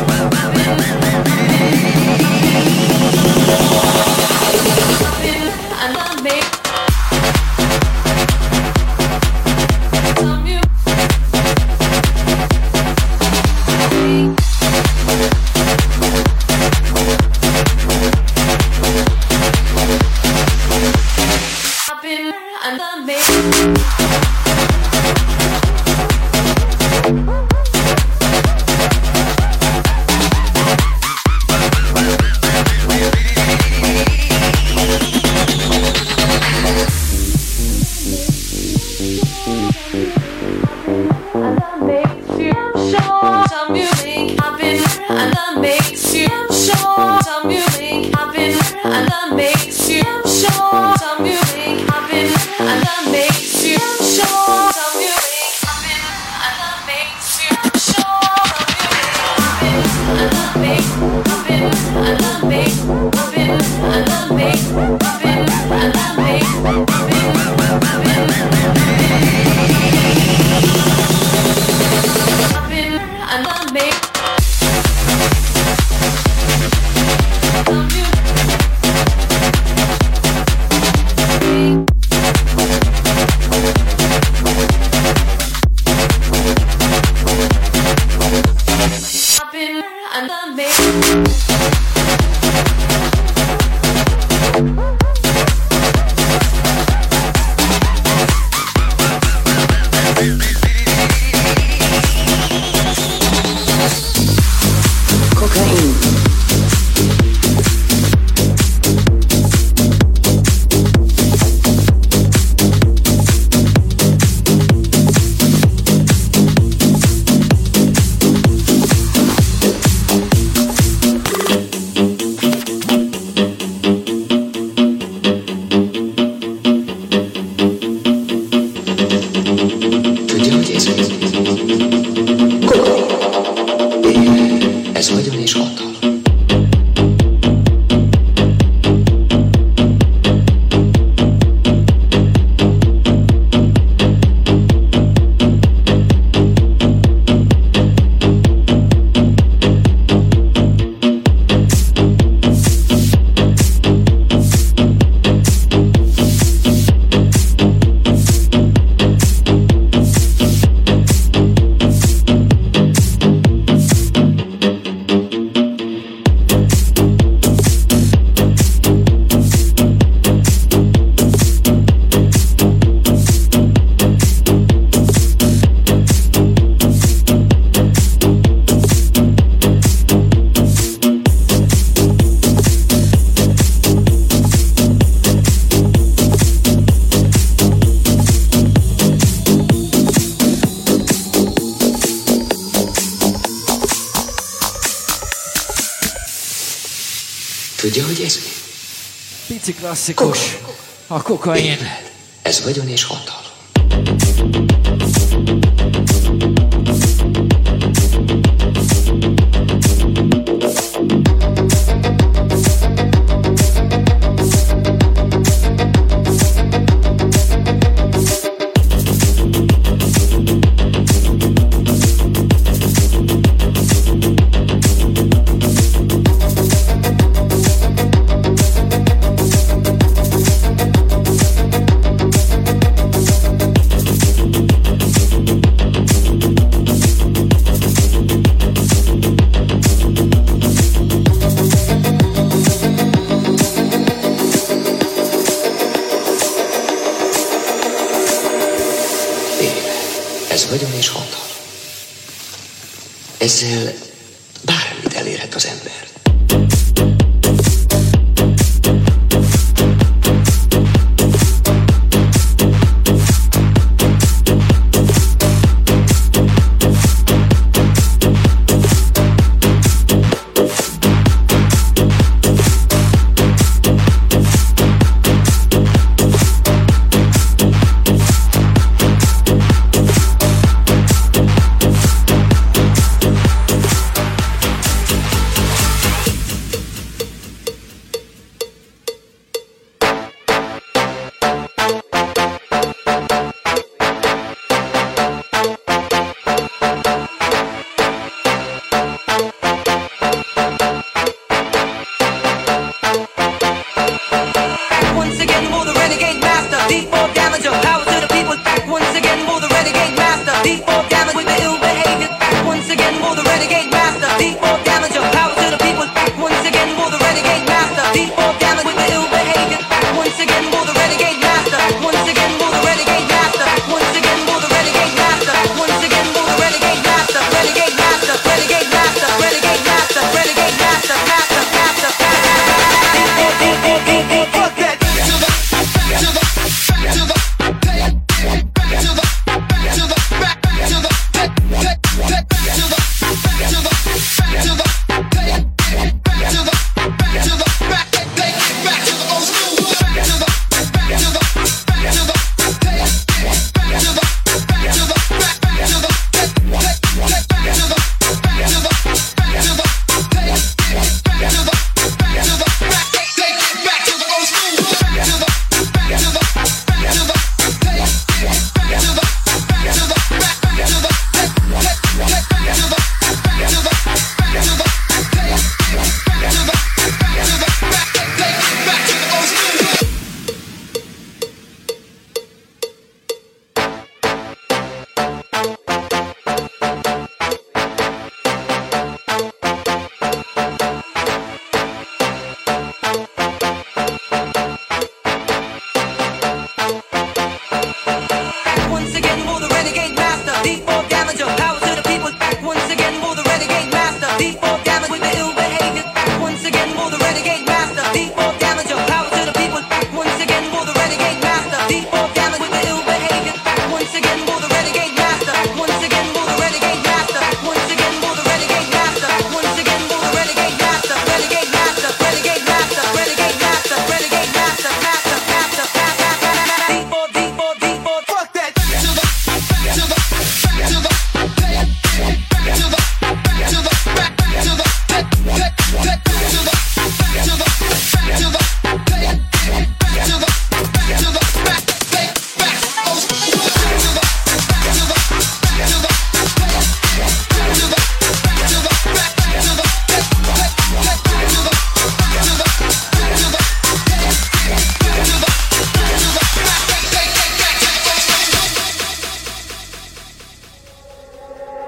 and that makes Tudja, hogy ez mi? Pici klasszikus. A kokain. Éved. Ez vagyon és hatalom. Ezzel bármit elérhet az ember.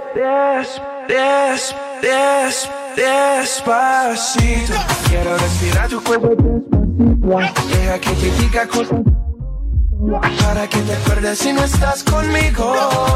des, des, des, despacito. Quiero respirar tu cuerpo despacito. Deja que te diga cosas para que te acuerdes si no estás conmigo.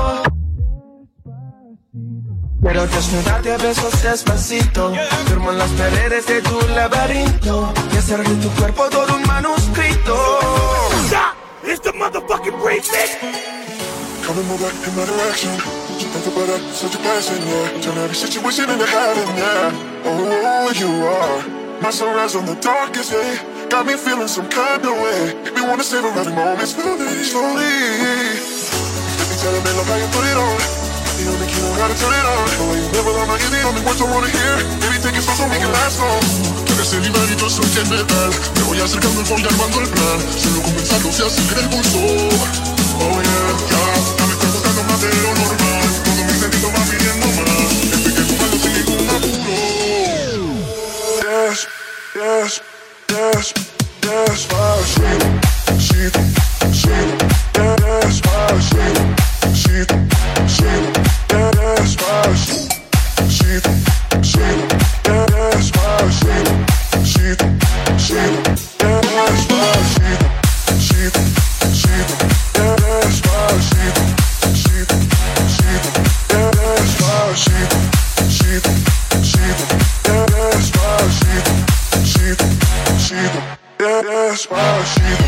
Quiero desnudarte a besos despacito. Firmo en las paredes de tu laberinto y hacer de tu cuerpo todo un manuscrito. It's the motherfucking remix. Come and move back in my direction. Think about that, such a blessing, yeah. Turn every situation into heaven, yeah. Oh, you are my sunrise on the darkest day. Got me feeling some kind of way. Make me wanna savor every moment slowly, slowly. Let me tell me, love how you put it on. The only key, don't gotta turn it on. The way you live alone, you're the only words I wanna hear. Baby, take it slow so we can last long. Tú eres el imán y yo soy el metal. Me voy acercando y voy armando el plan. Solo comenzando se acelera el pulso. Oh yeah, ya, ya me estoy buscando más de lo normal. Todo mi sentido va pidiendo más. Este que tu mano sin ningún apuro. Yes, yes, yes, despacito, shit, shit, despacito, shit, shit, despacito, shit, shit, despacito, shit, shit, despacito, shit, shit, despacito, shit, shit, despacito, shit, shit, despacito, shit, shit, despacito.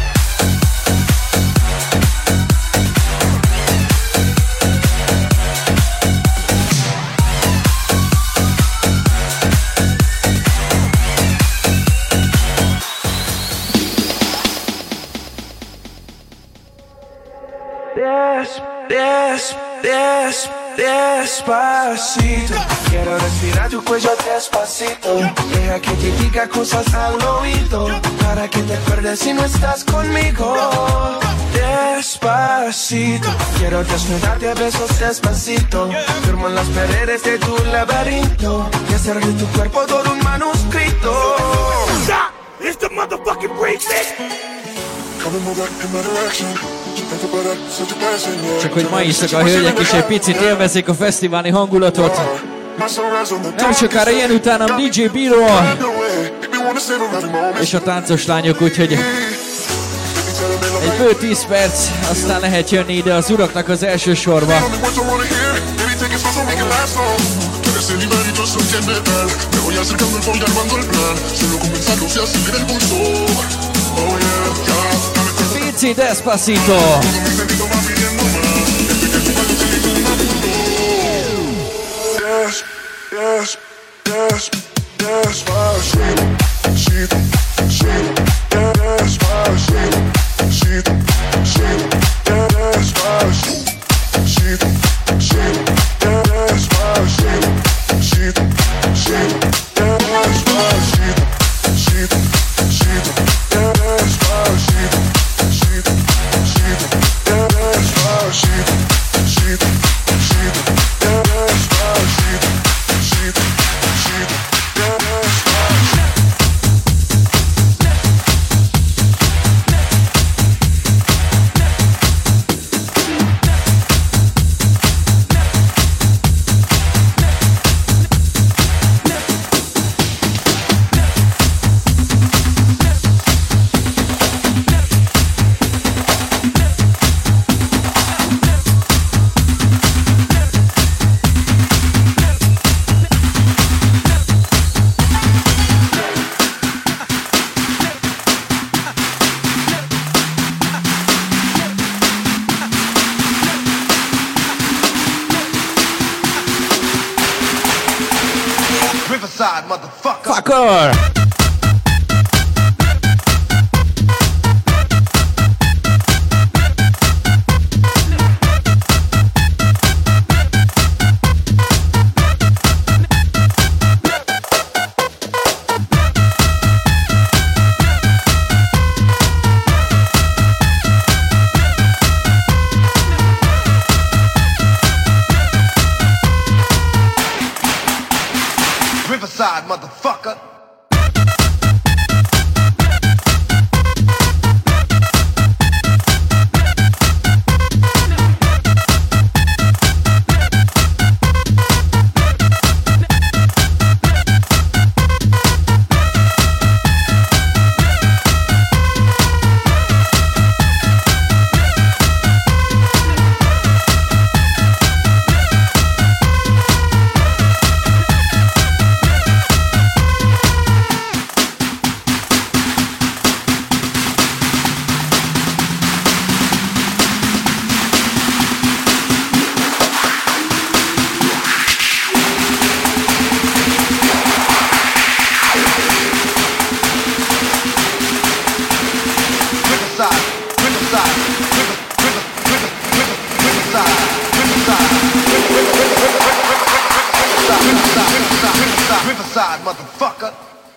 Des, des, des, despacito. Quiero respirar tu cuello despacito. Deja que te diga cosas al oído para que te acuerdes si no estás conmigo. Despacito. Quiero desnudarte a besos despacito. Firmo en las paredes de tu laberinto y hacer de tu cuerpo todo un manuscrito. It's the motherfucking remix. Come and move back in my direction. Csak hogy ma éjszaka a hölgyek is egy picit élvezik a fesztiváli hangulatot. Nem sokára jön utánam dé dzsé Bíró és a táncos lányok, úgyhogy egy bő tíz perc, aztán lehet jönni ide az uraknak az első sorba. pé cé Despacito. Des, des, des, despacito, shit, shit, despacito, shit, shit, despacito, shit, shit, despacito, shit, shit, despacito, shit, shit, despacito, shit, shit, despacito, shit, shit, despacito, shit, shit, despacito. Riverside, motherfucker. Fucker! Riverside, motherfucker. motherfucker.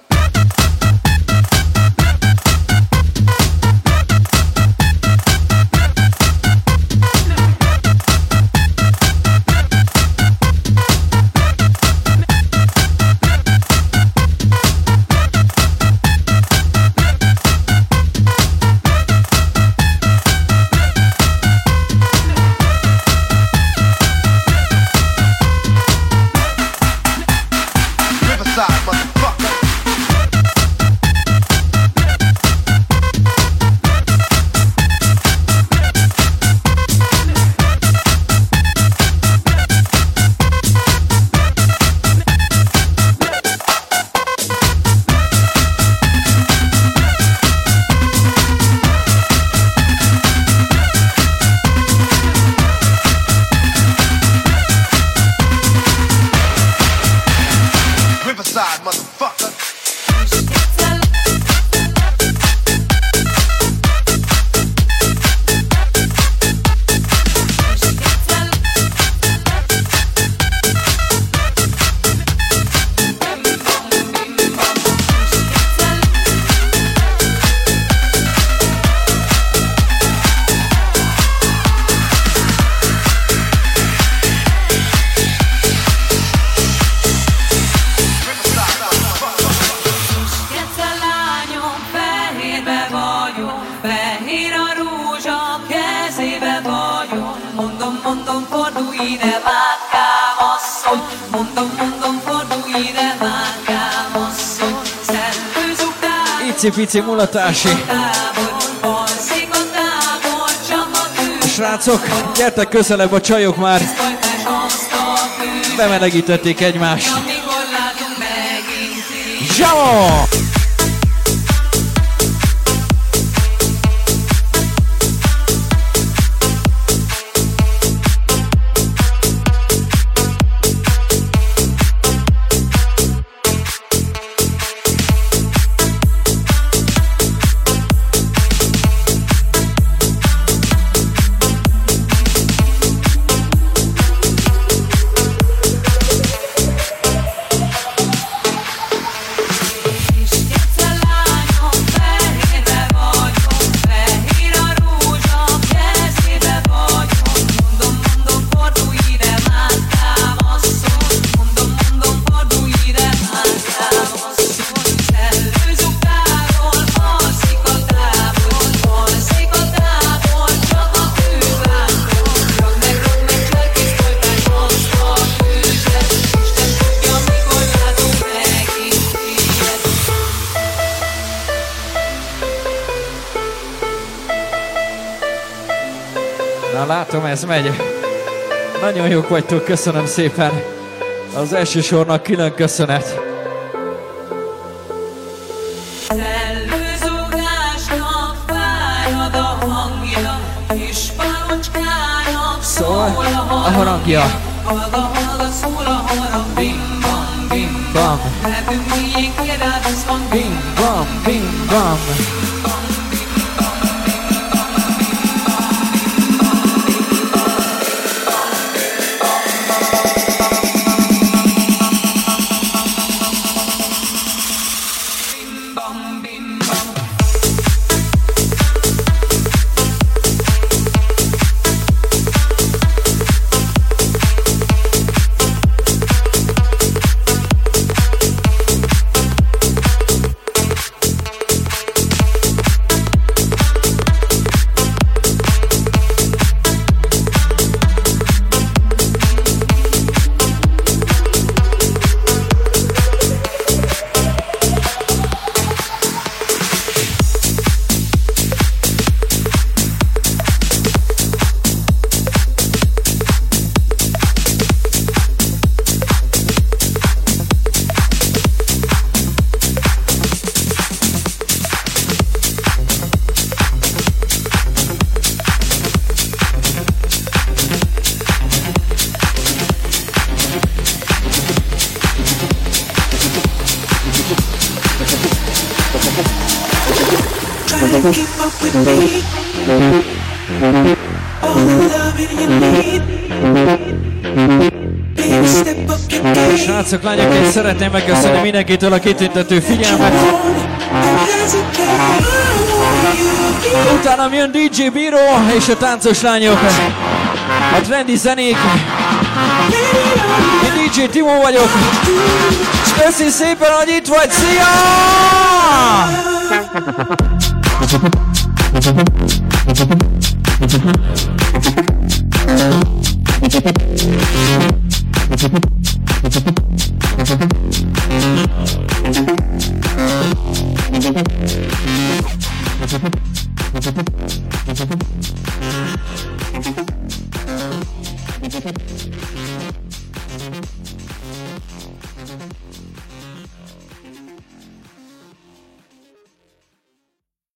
Pici mulatási. Srácok, gyertek közelebb, a csajok már bemelegítették egymást. Zsamo! Látom, ez megy. Nagyon jók vagytok, köszönöm szépen. Az első sornak külön köszönet. Szól a harangja. Bim bam, bim bam. Bim bam, bim bam. Keep up with me. All the loving you need. Baby, step Srácok, lányok, én szeretném megköszönni mindenkitől a kitüntető figyelmet. Utána jön dé dzsé Bíró és a táncos lányok. A trendi zenék. Én dé dzsé Timo vagyok. És köszi szépen, hogy itt vagy. Szia!